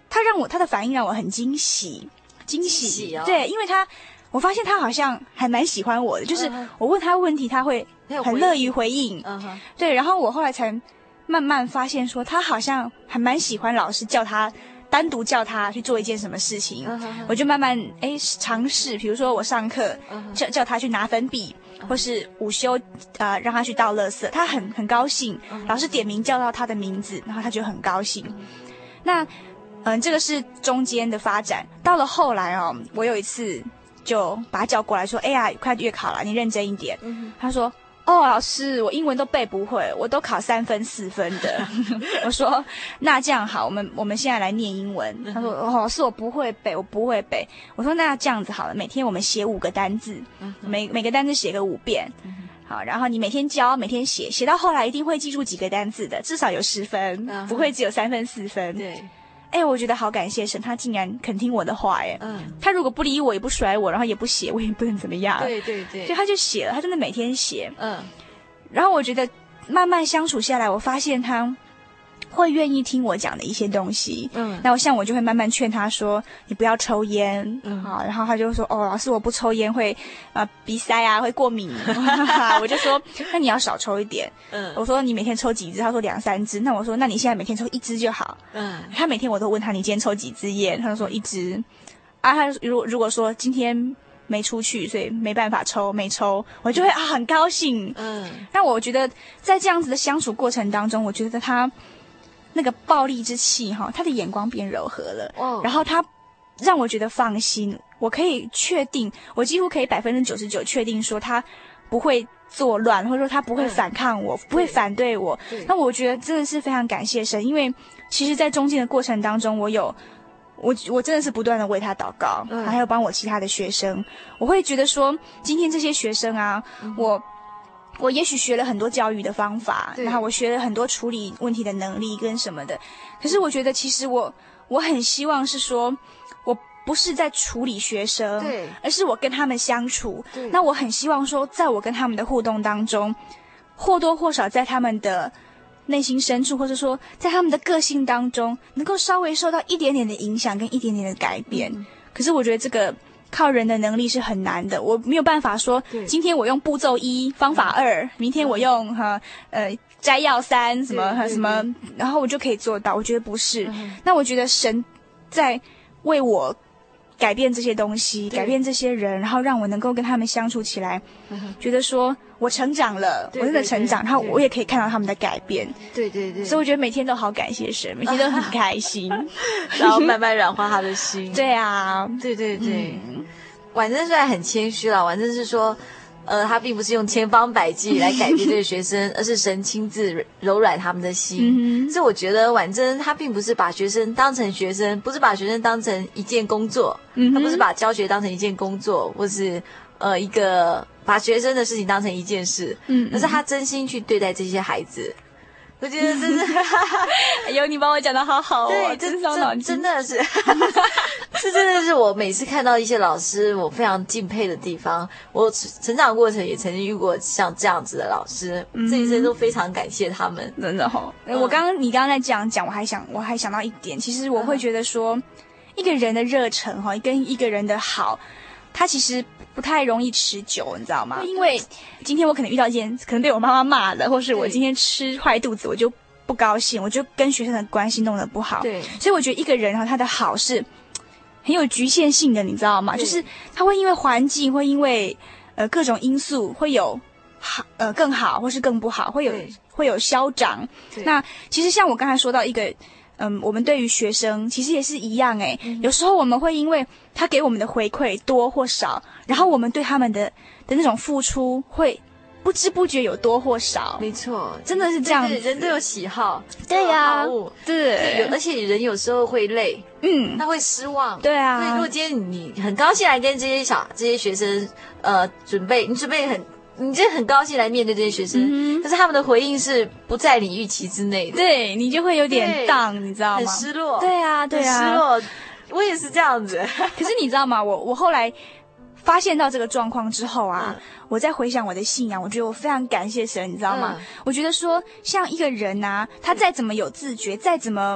他让我他的反应让我很惊喜，惊喜， 惊喜哦、 对，因为他我发现他好像还蛮喜欢我的，就是我问他问题，他会很乐于回应， 嗯哼， 对，然后我后来才慢慢发现说，他好像还蛮喜欢老师叫他单独叫他去做一件什么事情， uh-huh. 我就慢慢哎尝试，比如说我上课、uh-huh. 叫叫他去拿粉笔， uh-huh. 或是午休呃让他去倒垃圾，他很很高兴， uh-huh. 老师点名叫到他的名字，然后他就很高兴。Uh-huh. 那嗯、呃，这个是中间的发展，到了后来哦，我有一次就把他叫过来说，哎呀，快月考了，你认真一点。Uh-huh. 他说。哦，老师，我英文都背不会，我都考三分四分的。我说那这样好，我们我们现在来念英文。他说哦，老师我不会背，我不会背。我说那这样子好了，每天我们写五个单字，每每个单字写个五遍。好，然后你每天教，每天写，写到后来一定会记住几个单字的，至少有十分， uh-huh. 不会只有三分四分。 对。 哎，我觉得好感谢神，他竟然肯听我的话，哎，嗯，他如果不理我，也不甩我，然后也不写，我也不能怎么样， 对对对， 所以他就写了，他真的每天写， 嗯， 然后我觉得慢慢相处下来，我发现他会愿意听我讲的一些东西，嗯，那我像我就会慢慢劝他说，你不要抽烟，嗯，好，然后他就说，哦，老师我不抽烟会呃鼻塞啊，会过敏，我就说，那你要少抽一点，嗯，我说你每天抽几支？他说两三支，那我说那你现在每天抽一支就好，嗯，他每天我都问他你今天抽几支烟，他就说一支，啊，他如果如果说今天没出去，所以没办法抽，没抽，我就会啊很高兴，嗯，让我觉得在这样子的相处过程当中，我觉得他。那个暴力之气哈，他的眼光变柔和了，哦，然后他让我觉得放心，我可以确定，我几乎可以百分之九十九确定说他不会作乱，或者说他不会反抗我，嗯，不会反对我。那我觉得真的是非常感谢神，因为其实，在中间的过程当中，我有我我真的是不断的为他祷告，嗯，还有帮我其他的学生，我会觉得说，今天这些学生啊，嗯，我。我也许学了很多教育的方法，然后我学了很多处理问题的能力跟什么的，可是我觉得其实我我很希望是说，我不是在处理学生，对，而是我跟他们相处。那我很希望说，在我跟他们的互动当中，或多或少在他们的内心深处，或者说在他们的个性当中，能够稍微受到一点点的影响跟一点点的改变。嗯，可是我觉得这个。靠人的能力是很难的，我没有办法说，今天我用步骤一、方法二，嗯，明天我用哈呃摘要三什么什么，然后我就可以做到。我觉得不是，嗯，那我觉得神在为我改变这些东西，改变这些人，然后让我能够跟他们相处起来，嗯，觉得说我成长了，我真的成长，然后我也可以看到他们的改变。对对对，所以我觉得每天都好感谢神，每天都很开心， 然后慢慢软化他的心。 对啊， 对对对。嗯，婉珍虽然很谦虚了，婉珍是说，呃，他并不是用千方百计来改变这个学生，而是神亲自柔软他们的心。嗯，所以我觉得婉珍他并不是把学生当成学生，不是把学生当成一件工作，嗯，他不是把教学当成一件工作，或是呃一个把学生的事情当成一件事，嗯，而是他真心去对待这些孩子。我觉得真是， 哎呦，你帮我讲的好好哦， 对，真伤脑筋，真的是，这真的是我每次看到一些老师，我非常敬佩的地方。我成长过程也曾经遇过像这样子的老师，嗯，这一生都非常感谢他们， 真的哈，哦。嗯，我刚刚你刚刚在讲讲，我还想我还想到一点，其实我会觉得说，嗯，一个人的热忱哈，跟一个人的好，他其实。不太容易持久，你知道吗？因为今天我可能遇到一件可能被我妈妈骂了，或是我今天吃坏肚子，我就不高兴，我就跟学生的关系弄得不好。对，所以我觉得一个人哈，他的好是很有局限性的，你知道吗？就是他会因为环境，会因为呃各种因素，会有好呃更好，或是更不好，会有会有消长。那其实像我刚才说到一个。嗯，我们对于学生其实也是一样诶，嗯，有时候我们会因为他给我们的回馈多或少，然后我们对他们的的那种付出会不知不觉有多或少。没错，真的是这样子。 人都有喜好， 对呀，啊， 对，而且人有时候会累，嗯，他会失望，对啊。所以如果今天你很高兴来跟这些小这些学生呃准备，你准备很。你真的很高兴来面对这些学生，嗯，但是他们的回应是不在你预期之内的， 对你就会有点荡，你知道吗？ 很失落， 对啊，对啊， 失落。我也是这样子。 可是你知道吗？我我后来发现到这个状况之后啊，嗯，我在回想我的信仰，我觉得我非常感谢神，你知道吗？嗯，我觉得说，像一个人啊，他再怎么有自觉，再怎么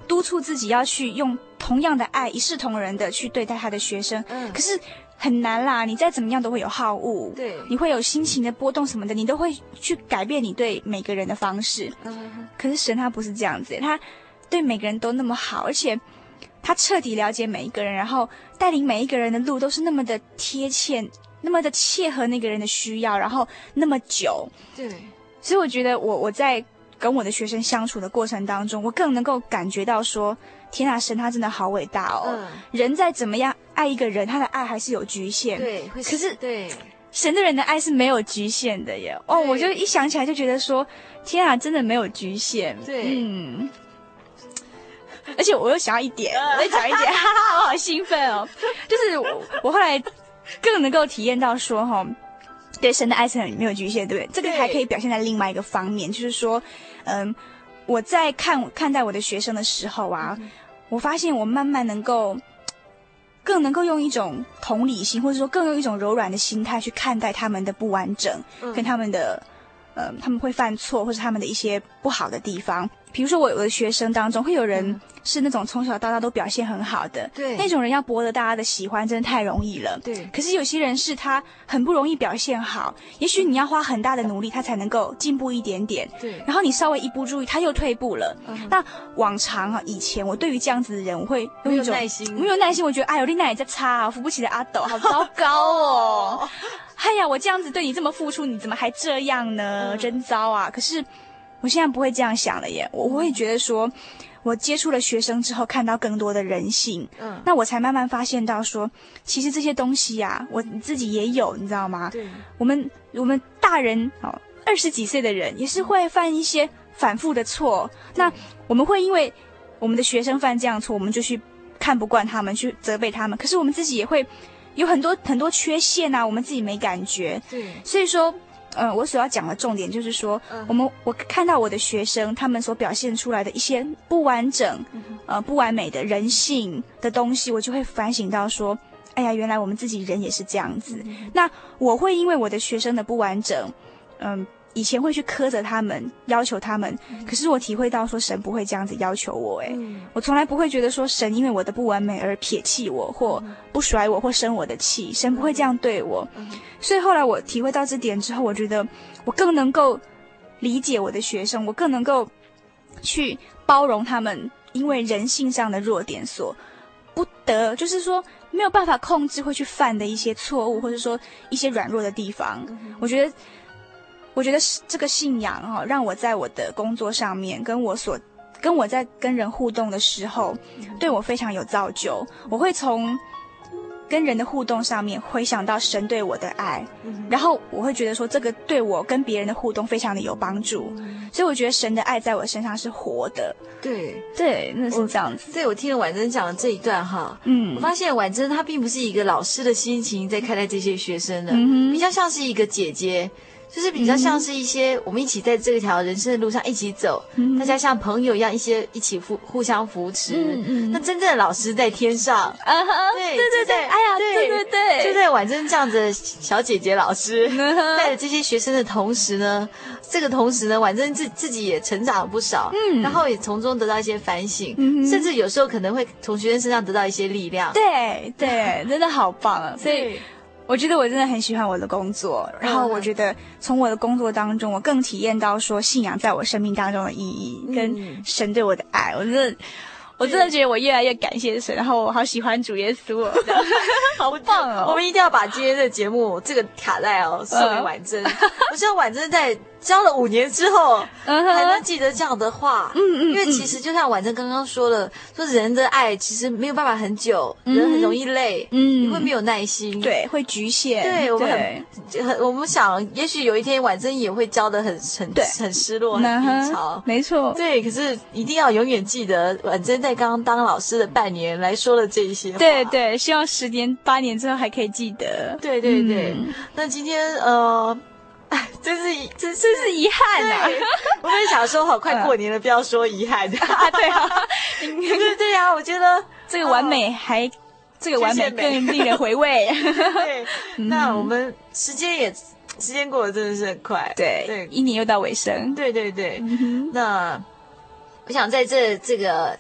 督促自己要去用同样的爱，一视同仁的去对待他的学生。嗯，可是很难啦，你再怎么样都会有好恶， 对， 你会有心情的波动什么的，你都会去改变你对每个人的方式。 嗯， 可是神他不是这样子，他对每个人都那么好，而且他彻底了解每一个人，然后带领每一个人的路都是那么的贴切，那么的切合那个人的需要，然后那么久。 对， 所以我觉得我我在跟我的学生相处的过程当中，我更能够感觉到说，天啊，神他真的好伟大哦！ 嗯， 人再怎么样爱一个人，他的爱还是有局限。 对，可是对神的人的爱是没有局限的耶。哦，我就一想起来就觉得说，天啊，真的没有局限。 对， 嗯。而且我又想要一点，我再讲一点，哈哈，我好兴奋哦！就是我，我后来更能够体验到说，哈，对神的爱是很没有局限，对不对？这个还可以表现在另外一个方面，就是说，嗯，我在看看待我的学生的时候啊，嗯、我发现我慢慢能够，更能够用一种同理心，或者说更用一种柔软的心态去看待他们的不完整，嗯、跟他们的，呃，他们会犯错，或是他们的一些不好的地方。比如说我有的学生当中会有人是那种从小到大都表现很好的， 对， 那种人要博得大家的喜欢真的太容易了， 对。 可是有些人是他很不容易表现好，也许你要花很大的努力他才能够进步一点点， 对。 然后你稍微一不注意他又退步了。嗯、那往常啊，以前我对于这样子的人，我会用一种没有耐心， 没有耐心，我觉得哎呦，你奶也在差啊，扶不起的阿斗，好糟糕哦！哎呀，我这样子对你这么付出，你怎么还这样呢？嗯、真糟啊！可是我现在不会这样想了耶，我我会觉得说，我接触了学生之后，看到更多的人性，嗯，那我才慢慢发现到说，其实这些东西啊，我自己也有，你知道吗？ 对， 我们我们大人哦，二十几岁的人也是会犯一些反复的错，那我们会因为我们的学生犯这样错，我们就去看不惯他们，去责备他们，可是我们自己也会有很多很多缺陷啊，我们自己没感觉， 对， 所以说。呃，我所要讲的重点就是说，嗯、我们我看到我的学生他们所表现出来的一些不完整、嗯、呃不完美的人性的东西，我就会反省到说，哎呀，原来我们自己人也是这样子。嗯、那我会因为我的学生的不完整，嗯、呃，以前会去苛责他们，要求他们，嗯、可是我体会到说，神不会这样子要求我，哎、嗯，我从来不会觉得说神因为我的不完美而撇弃我，或不甩我，或生我的气，神不会这样对我。嗯所以后来我体会到这点之后，我觉得我更能够理解我的学生，我更能够去包容他们因为人性上的弱点所不得，就是说没有办法控制会去犯的一些错误，或者说一些软弱的地方。嗯、我觉得，我觉得这个信仰哈、哦，让我在我的工作上面，跟我所跟我在跟人互动的时候，嗯、对我非常有造就。我会从跟人的互动上面回想到神对我的爱，嗯、然后我会觉得说这个对我跟别人的互动非常的有帮助，嗯、所以我觉得神的爱在我身上是活的。 对对，那是这样子。 对，我听了婉珍讲的这一段哈，嗯，我发现婉珍她并不是一个老师的心情在看待这些学生的，嗯、比较像是一个姐姐。就是比较像是一些我们一起在这条人生的路上一起走，嗯、大家像朋友一样，一些一起互互相扶持。嗯嗯、那真正的老师在天上，啊哈，对对对对，哎呀，对对对，就在婉珍这样子的小姐姐老师带着这些学生的同时呢，这个同时呢，婉珍自自己也成长了不少，嗯，然后也从中得到一些反省，嗯、甚至有时候可能会从学生身上得到一些力量。 对对，真的好棒啊！所以。我觉得我真的很喜欢我的工作，然后我觉得从我的工作当中，我更体验到说信仰在我生命当中的意义，嗯、跟神对我的爱。我真的，我真的觉得我越来越感谢神，然后我好喜欢主耶稣哦，好棒哦！ 我们一定要把今天的节目这个卡带哦送给婉珍，嗯、我希望婉珍在教了五年之后，嗯、还能记得这样的话。嗯嗯，因为其实就像婉珍刚刚说了，说人的爱其实没有办法很久，嗯、人很容易累，嗯，你会没有耐心， 对，会局限。 对，我们很很，我们想，也许有一天婉珍也会教得很很很失落、很低潮， 没错。 对，可是一定要永远记得，婉珍在刚刚当老师的半年来说了这一些话。 对对，希望十年八年之后还可以记得。 对对对，嗯、那今天呃。哎，真是真真是遗憾啊！ 我本想说，好快过年了，嗯、不要说遗憾啊！对啊， 对对啊，我觉得这个完美还、哦、这个完美更令人回味。 对，那我们时间也时间过得真的是很快， 对对，一年又到尾声。 对对对，嗯、那我想在这这个。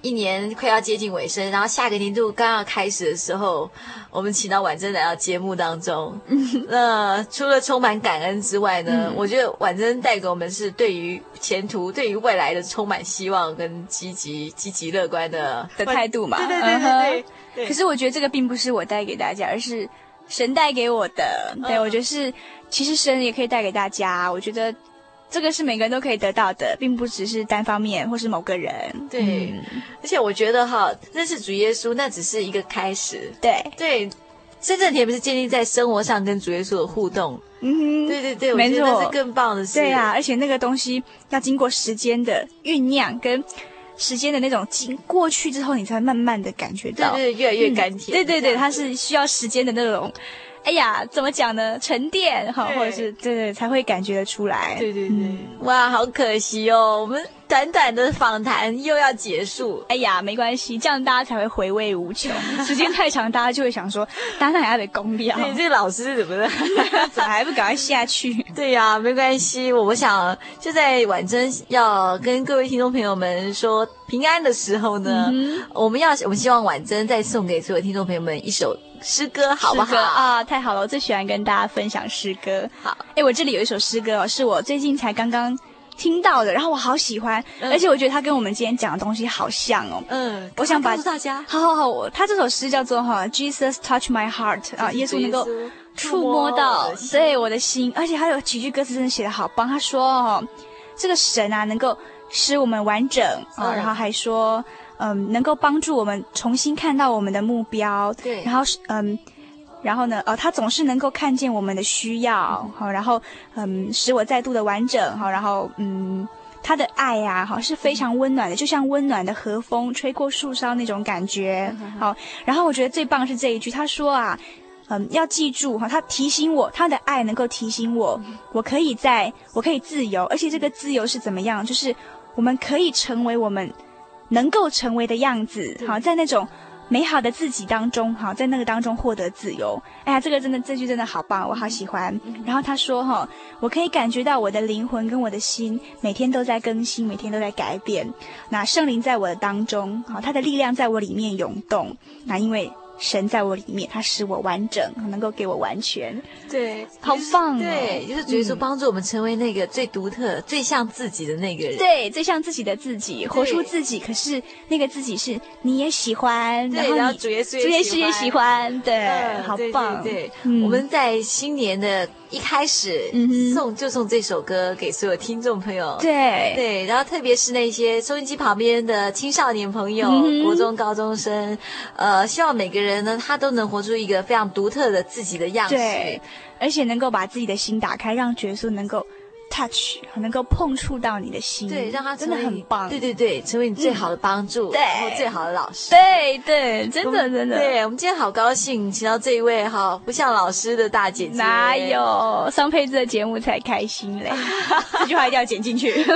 一年快要接近尾声，然后下个年度刚要开始的时候，我们请到婉珍来到节目当中。那除了充满感恩之外呢，嗯、我觉得婉珍带给我们是对于前途、对于未来的充满希望跟积极、积极乐观的的态度嘛。 对对对对 对, 对, 对。可是我觉得这个并不是我带给大家，而是神带给我的。对、嗯，我觉得是，其实神也可以带给大家。我觉得。这个是每个人都可以得到的，并不只是单方面或是某个人。 对、嗯，而且我觉得哈，认识主耶稣那只是一个开始。 对对，真正甜蜜是建立在生活上跟主耶稣的互动。嗯哼，对对对，我觉得那是更棒的事。 对啊，而且那个东西要经过时间的酝酿跟时间的那种经过去之后，你才会慢慢的感觉到， 对对，越来越甘甜、 嗯。对对对，它是需要时间的那种。哎呀，怎么讲呢？沉淀哈，或者是对对，才会感觉得出来。 对对对，嗯、哇，好可惜哦，我们短短的访谈又要结束。 哎呀，没关系，这样大家才会回味无穷。时间太长，大家就会想说，大家还要得公掉。 对，这个老师怎么了？ 怎么还不赶快下去？ 对呀、啊，没关系。我想就在婉珍要跟各位听众朋友们说平安的时候呢，嗯、我们要我们希望婉珍再送给所有听众朋友们一首。诗歌好不好啊？太好了，我最喜欢跟大家分享诗歌。 好， 哎，我这里有一首诗歌哦，是我最近才刚刚听到的，然后我好喜欢，嗯、而且我觉得它跟我们今天讲的东西好像哦。 嗯， 我想把告诉大家， 好好好，他这首诗叫做哈 ，Jesus touch my heart 啊，耶稣能够触摸到对我的心，而且还有几句歌词真的写得好棒。他说哦，这个神啊能够使我们完整啊、嗯，然后还说。嗯，能够帮助我们重新看到我们的目标， 对， 然后嗯，然后呢，呃，他总是能够看见我们的需要，好、嗯，然后嗯，使我再度的完整，好，然后嗯，他的爱呀、啊，好是非常温暖的，就像温暖的和风吹过树梢那种感觉，嗯、好，然后我觉得最棒是这一句，他说啊，嗯，要记住哈，他提醒我，他的爱能够提醒我，嗯、我可以在，我可以自由，而且这个自由是怎么样？就是我们可以成为我们。能够成为的样子，好，在那种美好的自己当中，好，在那个当中获得自由。哎呀，这个真的，这句真的好棒，我好喜欢。嗯、然后他说，哈，我可以感觉到我的灵魂跟我的心每天都在更新，每天都在改变。那圣灵在我的当中，好，他的力量在我里面涌动。那因为神在我里面，他使我完整，能够给我完全。 对， 好棒、哦！ 对，就是主耶稣帮助我们成为那个最独特、嗯、最像自己的那个人。 对，最像自己的自己，活出自己。可是那个自己是你也喜欢， 然后然后主耶稣主耶稣也喜欢，对， 嗯、 好棒！ 对对对、嗯，我们在新年的一开始、嗯、送就送这首歌给所有听众朋友。 对对，然后特别是那些收音机旁边的青少年朋友、嗯、国中高中生，呃，希望每个人呢，他都能活出一个非常独特的自己的样式。 对，而且能够把自己的心打开，让耶稣能够 touch， 能够碰触到你的心， 对，让他真的很棒。 对对对，成为你最好的帮助， 嗯、对， 然后最好的老师。 对对，真的真的。 对，我们今天好高兴，请到这一位哈不像老师的大姐姐。 哪有上配置的节目才开心嘞？这句话一定要剪进去。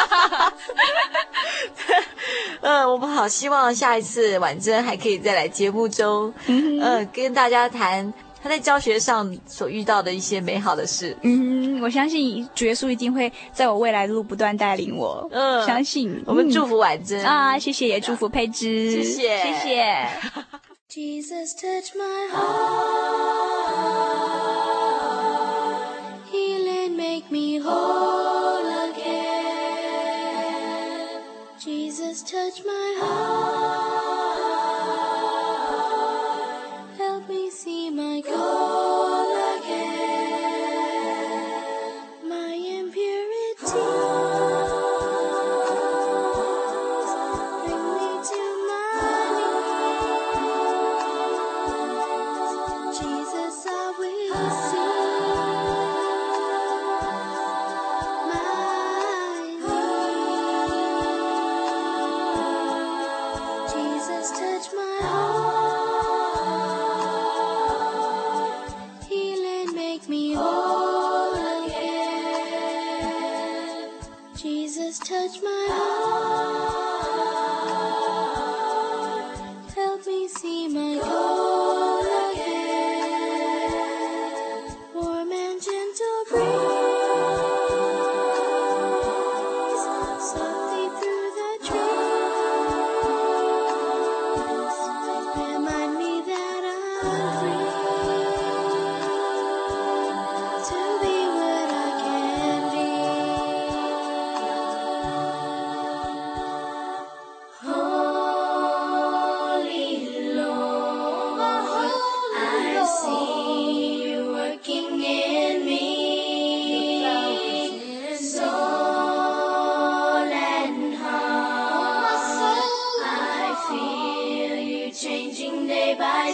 呃，我们好希望下一次婉珍还可以再来节目中，嗯、呃，跟大家谈他在教学上所遇到的一些美好的事。 嗯，我相信主耶稣一定会在我未来的路不断带领我。嗯，相信。 我们祝福婉珍、 嗯、啊，谢谢，也祝福佩芝， 谢谢， 谢谢。 Jesus touch my heart, heal and make me whole again. Jesus touch my heart, help me see my goal again. My impurities bring me to my knees. Jesus, I will see my need. Jesus, touch my heart, heal and make me whole again. Jesus, touch my heart, help me see my goal again. Warm and gentle breeze, softly through the trees. by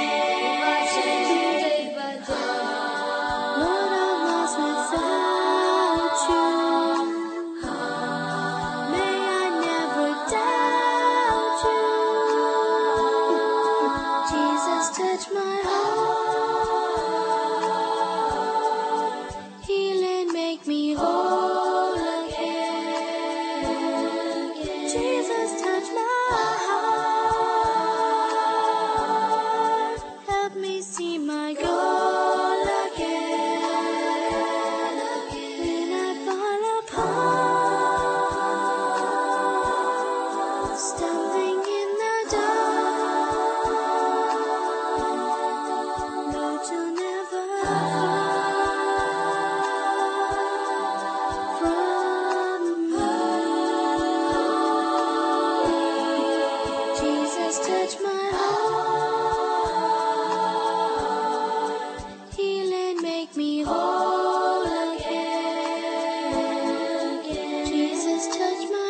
day, by day. Lord, I'm lost without you. May I never doubt you. Jesus, touch my heart. Heal and make me whole again. Jesus, touch my heart. Help me see my goal again. When I fall apart, stumbling in the dark, Lord, you'll never fall from me. Jesus, touch my heart. Heal and make me whole again. Jesus, touch my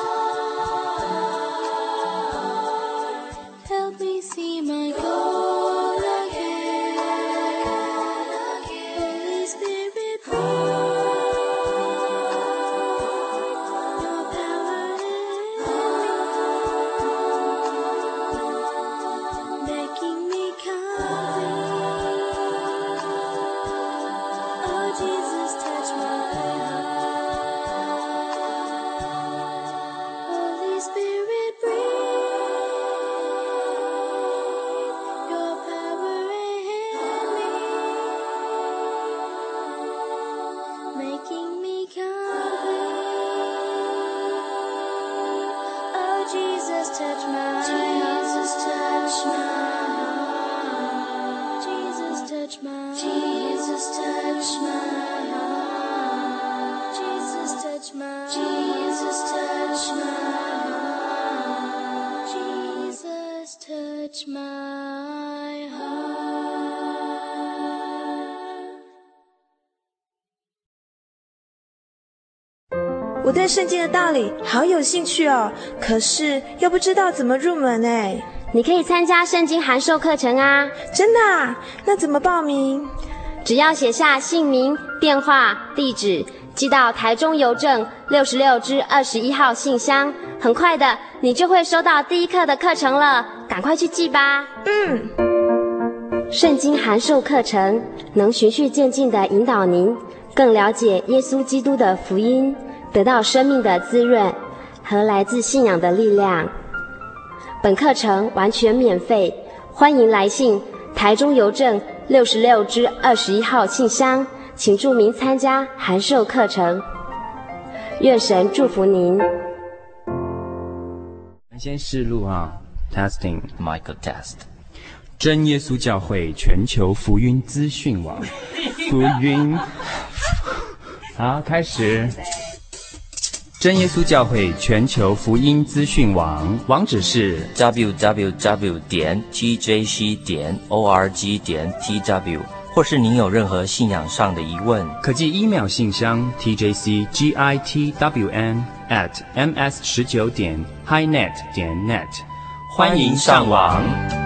heart. Help me see my goal again. Holy Spirit, breathe your power in me, making me complete. Oh, Jesus, touch my heart. Holy Spirit, breathe your power in me, making me complete. Oh, Jesus, touch my Jesus, touch my heart. Jesus, touch my Jesus, touch my heart. Jesus, touch my Jesus, touch my heart. Jesus, touch my heart. 我对圣经的道理好有兴趣哦，可是又不知道怎么入门哎。 你可以参加圣经函授课程啊！ 真的啊？那怎么报名？ 只要写下姓名、电话、地址，寄到台中邮政六十六支二十一号信箱，很快的，你就会收到第一课的课程了，赶快去寄吧。 嗯， 圣经函授课程能循序渐进地引导您更了解耶稣基督的福音，得到生命的滋润和来自信仰的力量。本课程完全免费，欢迎来信台中邮政六十六支二十一号信箱，请注明参加函授课程。愿神祝福您。 先试录啊 ，testing Michael Test。 真耶稣教会全球福音资讯网，福音，好，开始。真耶稣教会全球福音资讯网网址是 w w w 点 t j c 点 org 点 t w， 或是您有任何信仰上的疑问， 可寄 email 信箱 t j c gitwn at m s 十九点 highnet 点 net， 欢迎上网。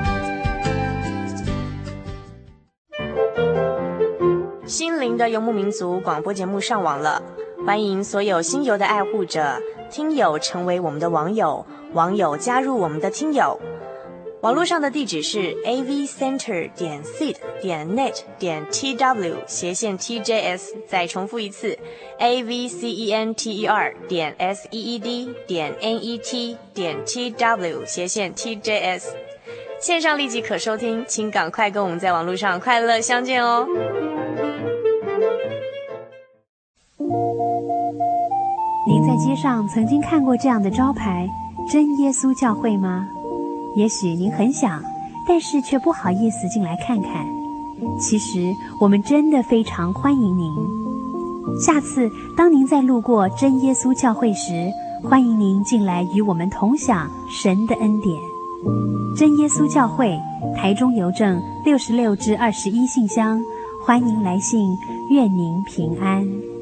心灵的游牧民族广播节目上网了，欢迎所有新游的爱护者、听友成为我们的网友，网友加入我们的听友。网络上的地址是 a v center 点 seed 点 net 点 t w 斜线 t j s， 再重复一次 a v c e n t e r 点 s e e d 点 n e t 点 t w 斜线 t j s。线上立即可收听，请赶快跟我们在网络上快乐相见哦。 您在街上曾经看过这样的招牌“真耶稣教会”吗？也许您很想，但是却不好意思进来看看。其实我们真的非常欢迎您。下次当您在路过真耶稣教会时，欢迎您进来与我们同享神的恩典。真耶稣教会，台中邮政六十六至二十一信箱，欢迎来信，愿您平安。